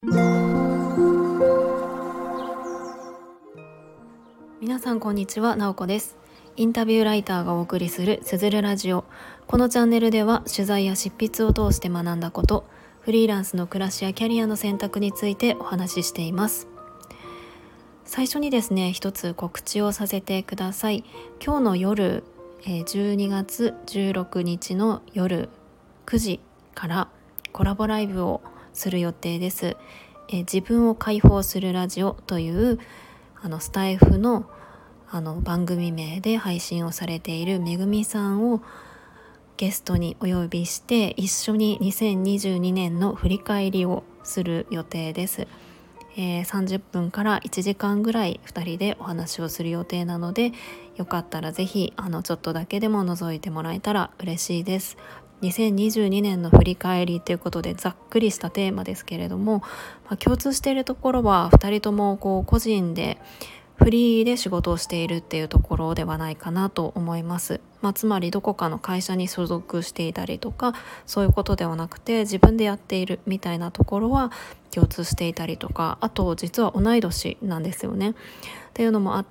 皆さんこんにちは、なおこです。インタビューライターがお送りするすずるラジオ。このチャンネルでは取材や執筆を通して学んだこと、フリーランスの暮らしやキャリアの選択についてお話ししています。最初にですね、一つ告知をさせてください。今日の夜、12月16日の夜9時からコラボライブをする予定です。自分を解放するラジオというスタイフの番組名で配信をされているめぐみさんをゲストにお呼びして一緒に2022年の振り返りをする予定です。30分から1時間ぐらい2人でお話をする予定なので、よかったらぜひちょっとだけでも覗いてもらえたら嬉しいです。2022年の振り返りということでざっくりしたテーマですけれども、共通しているところは2人とも個人でフリーで仕事をしているっていうところではないかなと思います。つまりどこかの会社に所属していたりとかそういうことではなくて、自分でやっているみたいなところは共通していたりとか、あと実は同い年なんですよねっていうのもあって、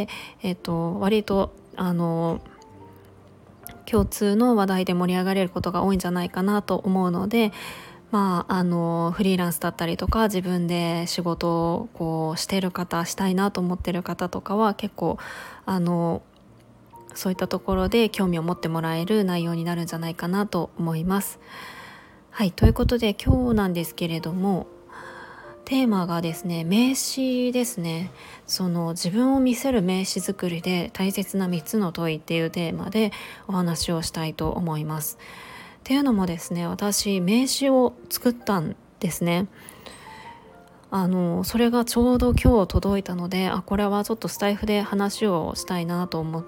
割と共通の話題で盛り上がれることが多いんじゃないかなと思うので、フリーランスだったりとか自分で仕事をしてる方、したいなと思ってる方とかは結構そういったところで興味を持ってもらえる内容になるんじゃないかなと思います。はい、ということで今日なんですけれども、テーマがですね、名詞ですね。その自分を見せる名詞作りで大切な3つの問いっていうテーマでお話をしたいと思います。っていうのもですね、私名詞を作ったんですね。それがちょうど今日届いたので、これはちょっとスタイフで話をしたいなと思って、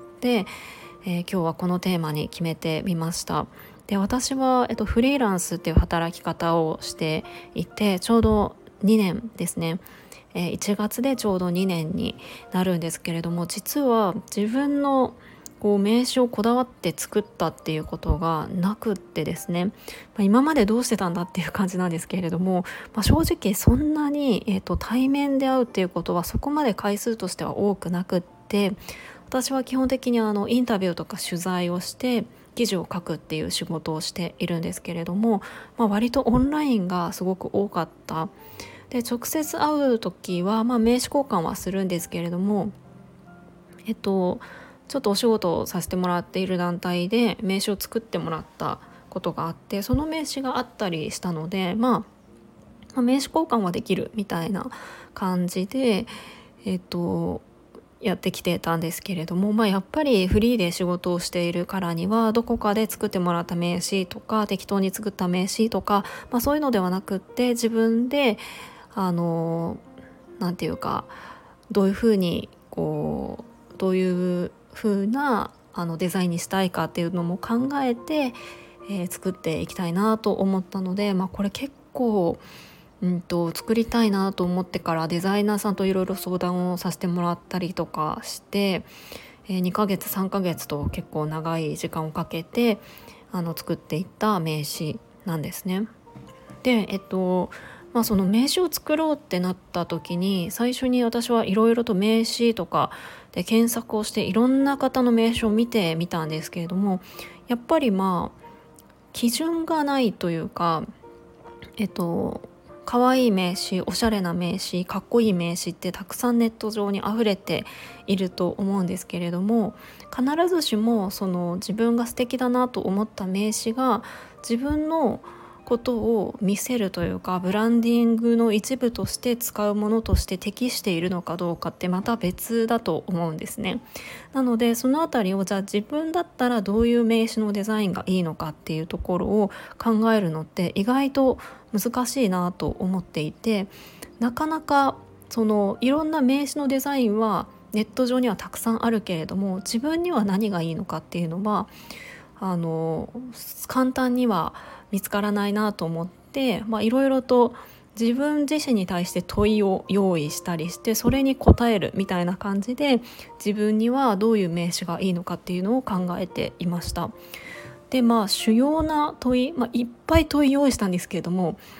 今日はこのテーマに決めてみました。で、私は、フリーランスっていう働き方をしていて、ちょうど2年ですね。1月でちょうど2年になるんですけれども、実は自分の名刺をこだわって作ったっていうことがなくってですね、今までどうしてたんだっていう感じなんですけれども、正直そんなに、対面で会うっていうことはそこまで回数としては多くなくって、私は基本的にインタビューとか取材をして記事を書くっていう仕事をしているんですけれども、割とオンラインがすごく多かった。で、直接会う時は、名刺交換はするんですけれども、ちょっとお仕事をさせてもらっている団体で名刺を作ってもらったことがあって、その名刺があったりしたので、名刺交換はできるみたいな感じで、やってきてたんですけれども、やっぱりフリーで仕事をしているからには、どこかで作ってもらった名刺とか適当に作った名刺とか、そういうのではなくって、自分でなんていうか、どういうふうにどういう風なデザインにしたいかっていうのも考えて、作っていきたいなと思ったので、これ結構作りたいなと思ってからデザイナーさんといろいろ相談をさせてもらったりとかして、2ヶ月3ヶ月と結構長い時間をかけて作っていった名刺なんですね。で、その名刺を作ろうってなった時に、最初に私はいろいろと名刺とかで検索をしていろんな方の名刺を見てみたんですけれども、やっぱり基準がないというか、可愛い名刺、おしゃれな名刺、かっこいい名刺ってたくさんネット上に溢れていると思うんですけれども、必ずしもその自分が素敵だなと思った名刺が自分のことを見せるというか、ブランディングの一部として使うものとして適しているのかどうかってまた別だと思うんですね。なのでそのあたりを、じゃあ自分だったらどういう名刺のデザインがいいのかっていうところを考えるのって意外と難しいなと思っていて、なかなかいろんな名刺のデザインはネット上にはたくさんあるけれども、自分には何がいいのかっていうのは簡単には見つからないなと思って、いろいろと自分自身に対して問いを用意したりして、それに答えるみたいな感じで、自分にはどういう名詞がいいのかっていうのを考えていました。で、主要な問い、いっぱい問い用意したんですけれども、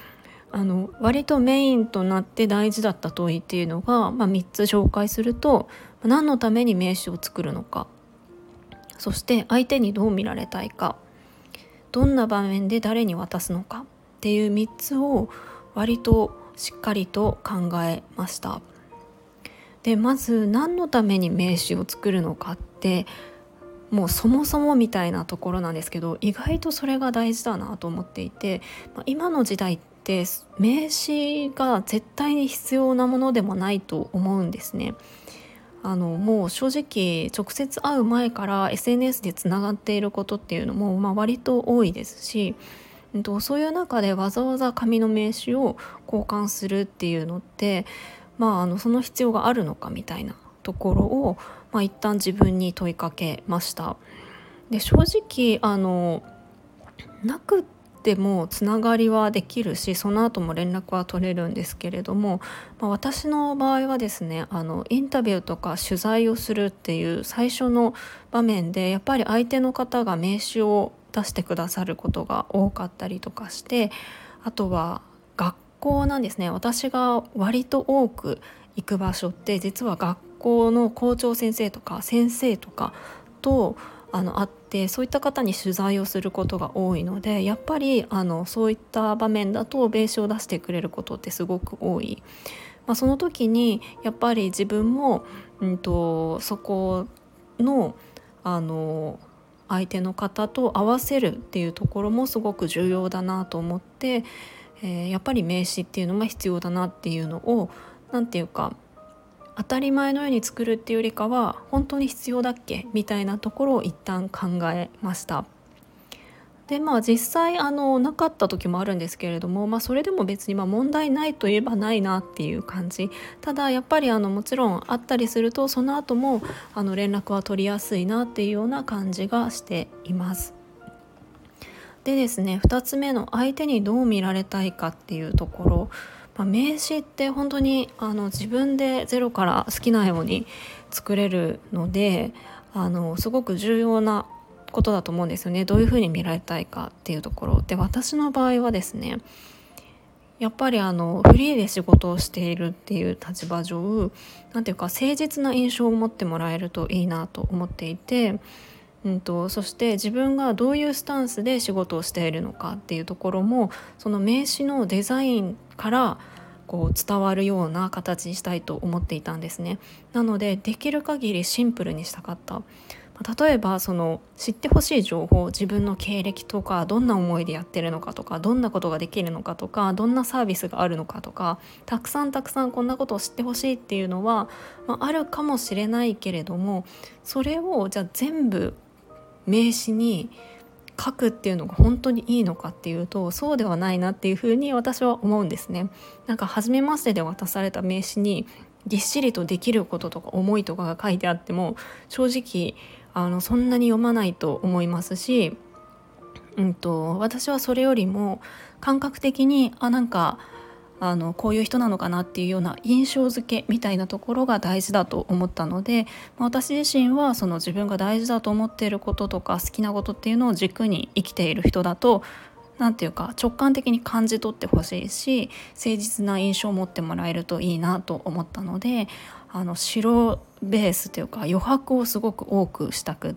割とメインとなって大事だった問いっていうのが、3つ紹介すると、何のために名刺を作るのか、そして相手にどう見られたいか、どんな場面で誰に渡すのかっていう3つを割としっかりと考えました。でまず何のために名刺を作るのかってもうそもそもみたいなところなんですけど、意外とそれが大事だなと思っていて、今の時代って名刺が絶対に必要なものでもないと思うんですね。もう正直直接会う前から SNS でつながっていることっていうのも、割と多いですし、そういう中でわざわざ紙の名刺を交換するっていうのって、その必要があるのかみたいなところを、一旦自分に問いかけました。で正直なくてもつながりはできるし、その後も連絡は取れるんですけれども、私の場合はですね、インタビューとか取材をするっていう最初の場面でやっぱり相手の方が名刺を出してくださることが多かったりとかして、あとは学校なんですね。私が割と多く行く場所って実は学校の校長先生とか先生とかと会って、そういった方に取材をすることが多いので、やっぱりそういった場面だと名刺を出してくれることってすごく多い。その時にやっぱり自分も、そこの相手の方と合わせるっていうところもすごく重要だなと思って、やっぱり名刺っていうのが必要だなっていうのを、なんていうか当たり前のように作るっていうよりかは本当に必要だっけみたいなところを一旦考えました。で実際なかった時もあるんですけれども、それでも別に問題ないといえばないなっていう感じ。ただやっぱりもちろんあったりするとその後も連絡は取りやすいなっていうような感じがしています。でですね、2つ目の相手にどう見られたいかっていうところ、名刺って本当に自分でゼロから好きなように作れるので、すごく重要なことだと思うんですよね。どういうふうに見られたいかっていうところで、私の場合はですね、やっぱりフリーで仕事をしているっていう立場上、なんていうか誠実な印象を持ってもらえるといいなと思っていて、そして自分がどういうスタンスで仕事をしているのかっていうところも、その名刺のデザインから伝わるような形にしたいと思っていたんですね。なのでできる限りシンプルにしたかった。例えば知ってほしい情報、自分の経歴とか、どんな思いでやってるのかとか、どんなことができるのかとか、どんなサービスがあるのかとか、たくさんこんなことを知ってほしいっていうのは、あるかもしれないけれども、それをじゃあ全部名刺に書くっていうのが本当にいいのかっていうと、そうではないなっていうふうに私は思うんですね。初めましてで渡された名刺にぎっしりとできることとか思いとかが書いてあっても、正直そんなに読まないと思いますし、私はそれよりも感覚的にこういう人なのかなっていうような印象付けみたいなところが大事だと思ったので、私自身は自分が大事だと思っていることとか好きなことっていうのを軸に生きている人だと、なんていうか直感的に感じ取ってほしいし、誠実な印象を持ってもらえるといいなと思ったので、白ベースというか余白をすごく多くしたくって、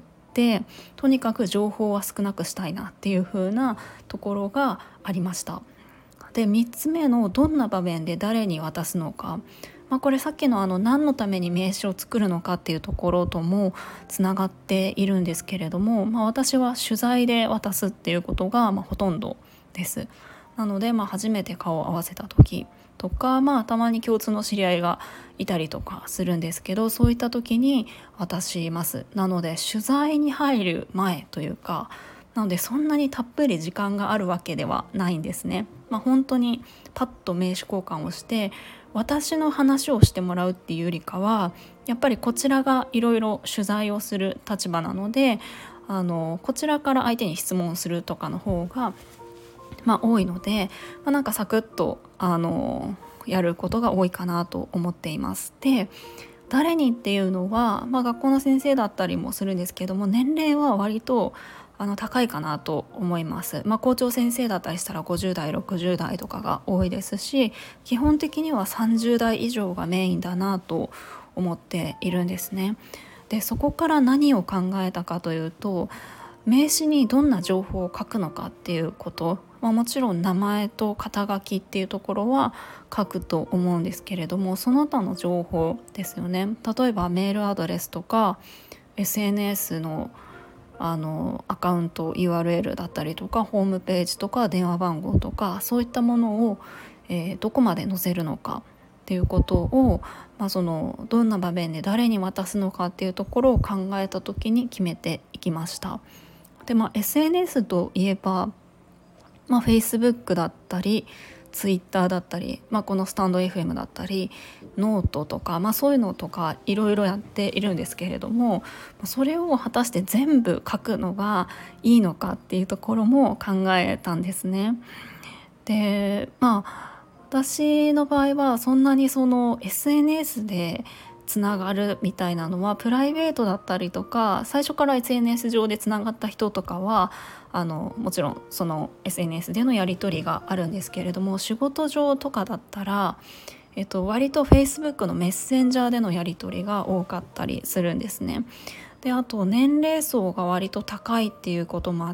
とにかく情報は少なくしたいなっていう風なところがありました。で3つ目のどんな場面で誰に渡すのか、これさっきの何のために名刺を作るのかっていうところともつながっているんですけれども、私は取材で渡すっていうことがほとんどです。なので初めて顔を合わせた時とか、たまに共通の知り合いがいたりとかするんですけど、そういった時に渡します。なので取材に入る前というか、なのでそんなにたっぷり時間があるわけではないんですね。本当にパッと名刺交換をして私の話をしてもらうっていうよりかは、やっぱりこちらがいろいろ取材をする立場なので、こちらから相手に質問するとかの方が多いので、サクッとやることが多いかなと思っています。で誰にっていうのは、学校の先生だったりもするんですけども、年齢は割と高いかなと思います。校長先生だったりしたら50代60代とかが多いですし、基本的には30代以上がメインだなと思っているんですね。でそこから何を考えたかというと、名刺にどんな情報を書くのかっていうこと、もちろん名前と肩書きっていうところは書くと思うんですけれども、その他の情報ですよね。例えばメールアドレスとか SNS のアカウント URL だったりとか、ホームページとか電話番号とか、そういったものを、どこまで載せるのかっていうことを、どんな場面で誰に渡すのかっていうところを考えた時に決めていきました。で、SNS といえば、Facebook だったり Twitter だったり、このスタンド FM だったりノートとか、そういうのとかいろいろやっているんですけれども、それを果たして全部書くのがいいのかっていうところも考えたんですね。で私の場合はそんなにその SNS でつながるみたいなのはプライベートだったりとか、最初から SNS 上でつながった人とかはもちろんその SNS でのやり取りがあるんですけれども、仕事上とかだったら、割と Facebook のメッセンジャーでのやり取りが多かったりするんですね。であと年齢層が割と高いっていうこともあって、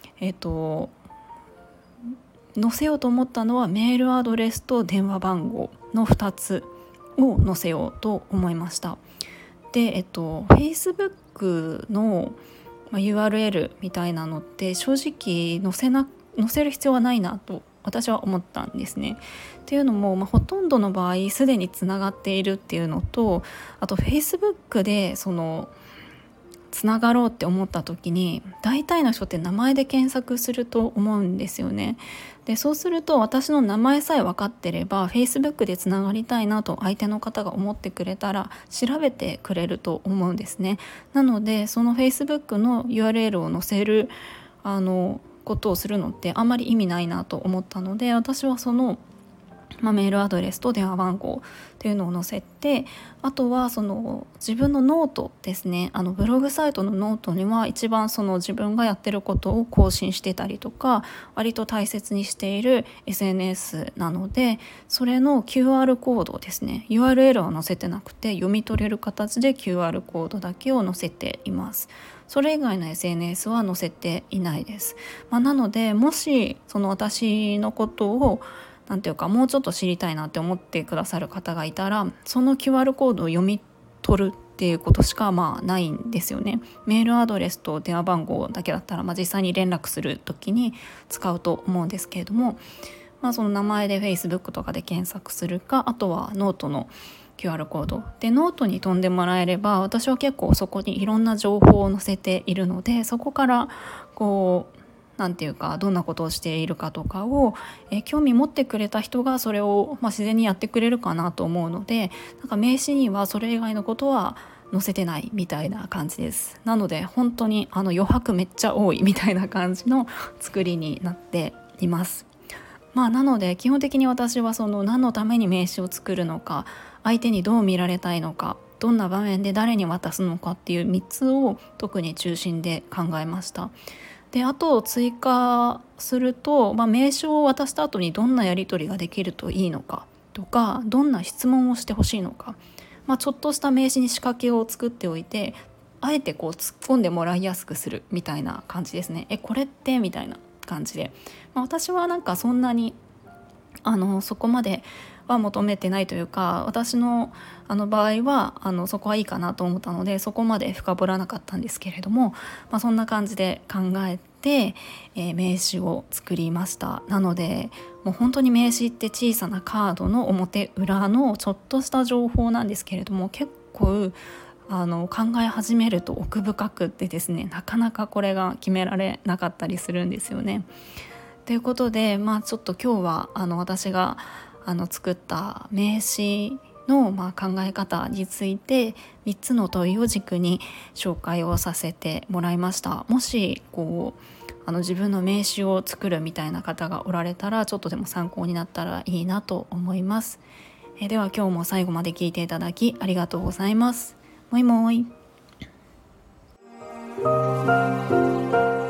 載せようと思ったのはメールアドレスと電話番号の2つを載せようと思いました。で、Facebook の、URL みたいなのって正直載せる必要はないなと私は思ったんですね。っていうのも、ほとんどの場合すでにつながっているっていうのと、あと Facebook でそのつながろうって思った時に大体の人って名前で検索すると思うんですよね。でそうすると私の名前さえ分かってれば Facebook でつながりたいなと相手の方が思ってくれたら調べてくれると思うんですね。なのでその Facebook の URL を載せることをするのってあんまり意味ないなと思ったので、私はそのメールアドレスと電話番号っていうのを載せて、あとはその自分のノートですね、ブログサイトのノートには一番その自分がやってることを更新してたりとか、割と大切にしている SNS なので、それの QR コードですね、 URL は載せてなくて読み取れる形で QR コードだけを載せています。それ以外の SNS は載せていないです。なのでもしその私のことをなんていうかもうちょっと知りたいなって思ってくださる方がいたら、その QR コードを読み取るっていうことしかないんですよね。メールアドレスと電話番号だけだったら、実際に連絡する時に使うと思うんですけれども、その名前で Facebook とかで検索するか、あとはノートの QR コードでノートに飛んでもらえれば、私は結構そこにいろんな情報を載せているので、そこからこうなんていうかどんなことをしているかとかを、興味持ってくれた人がそれを、自然にやってくれるかなと思うので、名刺にはそれ以外のことは載せてないみたいな感じです。なので本当に余白めっちゃ多いみたいな感じの作りになっています。なので基本的に私はその何のために名刺を作るのか、相手にどう見られたいのか、どんな場面で誰に渡すのかっていう3つを特に中心で考えました。であと追加すると、名刺を渡した後にどんなやり取りができるといいのかとか、どんな質問をしてほしいのか、ちょっとした名刺に仕掛けを作っておいて、あえてこう突っ込んでもらいやすくするみたいな感じですね。これってみたいな感じで、私はそんなにそこまでは求めてないというか、私の場合はそこはいいかなと思ったので、そこまで深掘らなかったんですけれども、そんな感じで考えて、名刺を作りました。なのでもう本当に名刺って小さなカードの表裏のちょっとした情報なんですけれども、結構考え始めると奥深くってですね、なかなかこれが決められなかったりするんですよね。ということで、ちょっと今日は私が作った名刺の考え方について3つの問いを軸に紹介をさせてもらいました。もし自分の名刺を作るみたいな方がおられたら、ちょっとでも参考になったらいいなと思います。では今日も最後まで聞いていただきありがとうございます。もいもい。 す。